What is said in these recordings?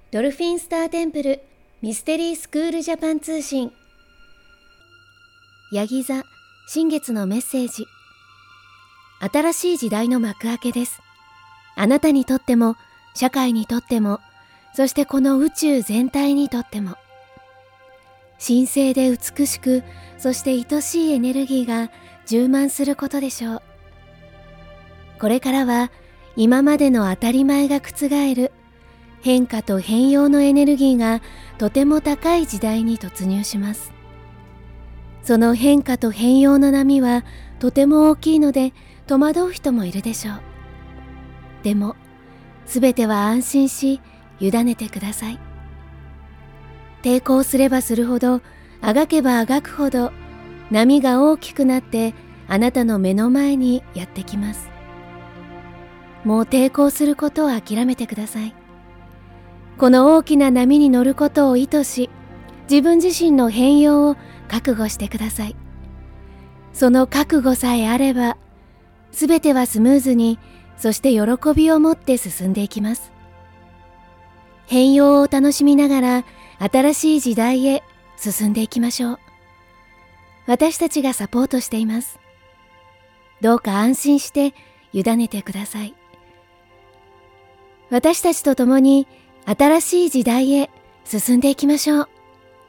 ドルフィンスターテンプルミステリースクールジャパン通信。ヤギ座新月のメッセージ。新しい時代の幕開けです。あなたにとっても、社会にとっても、そしてこの宇宙全体にとっても。神聖で美しく、そして愛しいエネルギーが充満することでしょう。これからは今までの当たり前が覆る変化と変容のエネルギーがとても高い時代に突入します。その変化と変容の波はとても大きいので戸惑う人もいるでしょう。でもすべては安心し委ねてください。抵抗すればするほど、あがけばあがくほど波が大きくなってあなたの目の前にやってきます。もう抵抗することを諦めてください。この大きな波に乗ることを意図し、自分自身の変容を覚悟してください。その覚悟さえあれば、すべてはスムーズに、そして喜びを持って進んでいきます。変容を楽しみながら、新しい時代へ進んでいきましょう。私たちがサポートしています。どうか安心して委ねてください。私たちと共に新しい時代へ進んでいきましょう。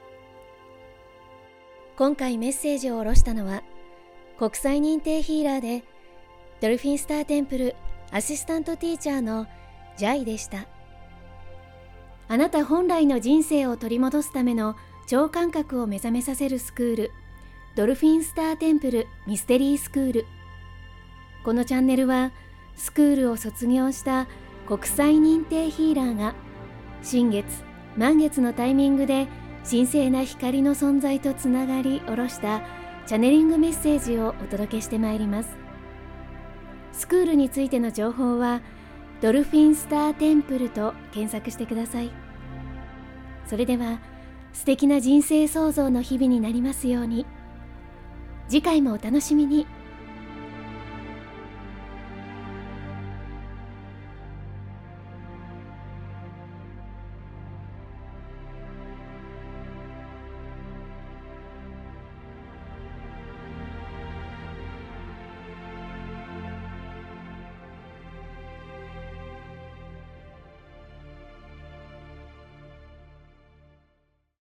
今回メッセージを下ろしたのは、国際認定ヒーラーでドルフィンスターテンプルアシスタントティーチャーのジャイでした。あなた本来の人生を取り戻すための超感覚を目覚めさせるスクール、ドルフィンスターテンプルミステリースクール。このチャンネルはスクールを卒業した国際認定ヒーラーが新月、満月のタイミングで神聖な光の存在とつながり下ろしたチャネリングメッセージをお届けしてまいります。スクールについての情報はドルフィンスターテンプルと検索してください。それでは素敵な人生創造の日々になりますように。次回もお楽しみに。